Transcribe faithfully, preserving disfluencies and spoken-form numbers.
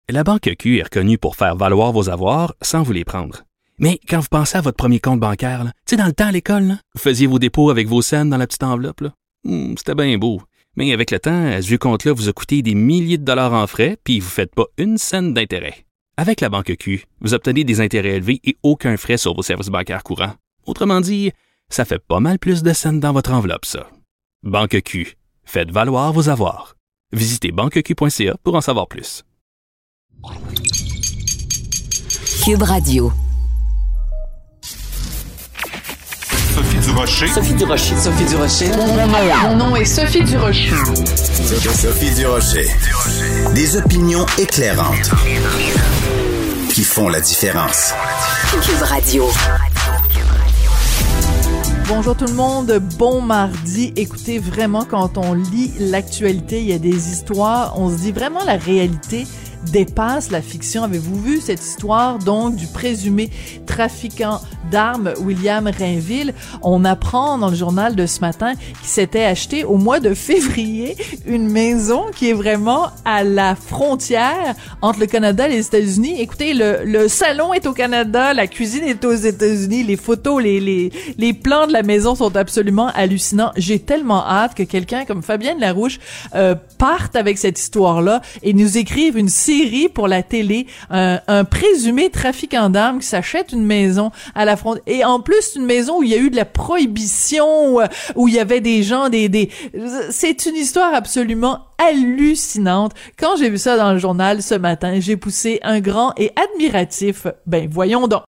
La Banque Q est reconnue pour faire valoir vos avoirs sans vous les prendre. Mais quand vous pensez à votre premier compte bancaire, tu sais, dans le temps à l'école, là, vous faisiez vos dépôts avec vos scènes dans la petite enveloppe. Là. Hum, c'était bien beau. Mais avec le temps, ce vieux compte-là vous a coûté des milliers de dollars en frais, puis vous ne faites pas une scène d'intérêt. Avec la Banque Q, vous obtenez des intérêts élevés et aucun frais sur vos services bancaires courants. Autrement dit, ça fait pas mal plus de scènes dans votre enveloppe, ça. Banque Q. Faites valoir vos avoirs. Visitez banque q point c a pour en savoir plus. Cube Radio. Sophie Durocher. Sophie Durocher. Sophie Durocher. Mon nom est Sophie Durocher. Sophie Durocher. Des opinions éclairantes qui font la différence. Cube Radio. Bonjour tout le monde, bon mardi. Écoutez, vraiment, quand on lit l'actualité, il y a des histoires, on se dit vraiment la réalité dépasse la fiction. Avez-vous vu cette histoire, donc, du présumé trafiquant d'armes William Rainville? On apprend dans le journal de ce matin qu'il s'était acheté au mois de février une maison qui est vraiment à la frontière entre le Canada et les États-Unis. Écoutez, le, le salon est au Canada, la cuisine est aux États-Unis, les photos, les, les, les plans de la maison sont absolument hallucinants. J'ai tellement hâte que quelqu'un comme Fabienne Larouche euh, parte avec cette histoire-là et nous écrive une série pour la télé, un, un présumé trafiquant d'armes qui s'achète une maison à la frontière, et en plus une maison où il y a eu de la prohibition, où, où il y avait des gens, des, des, c'est une histoire absolument hallucinante. Quand j'ai vu ça dans le journal ce matin, j'ai poussé un grand et admiratif, ben voyons donc.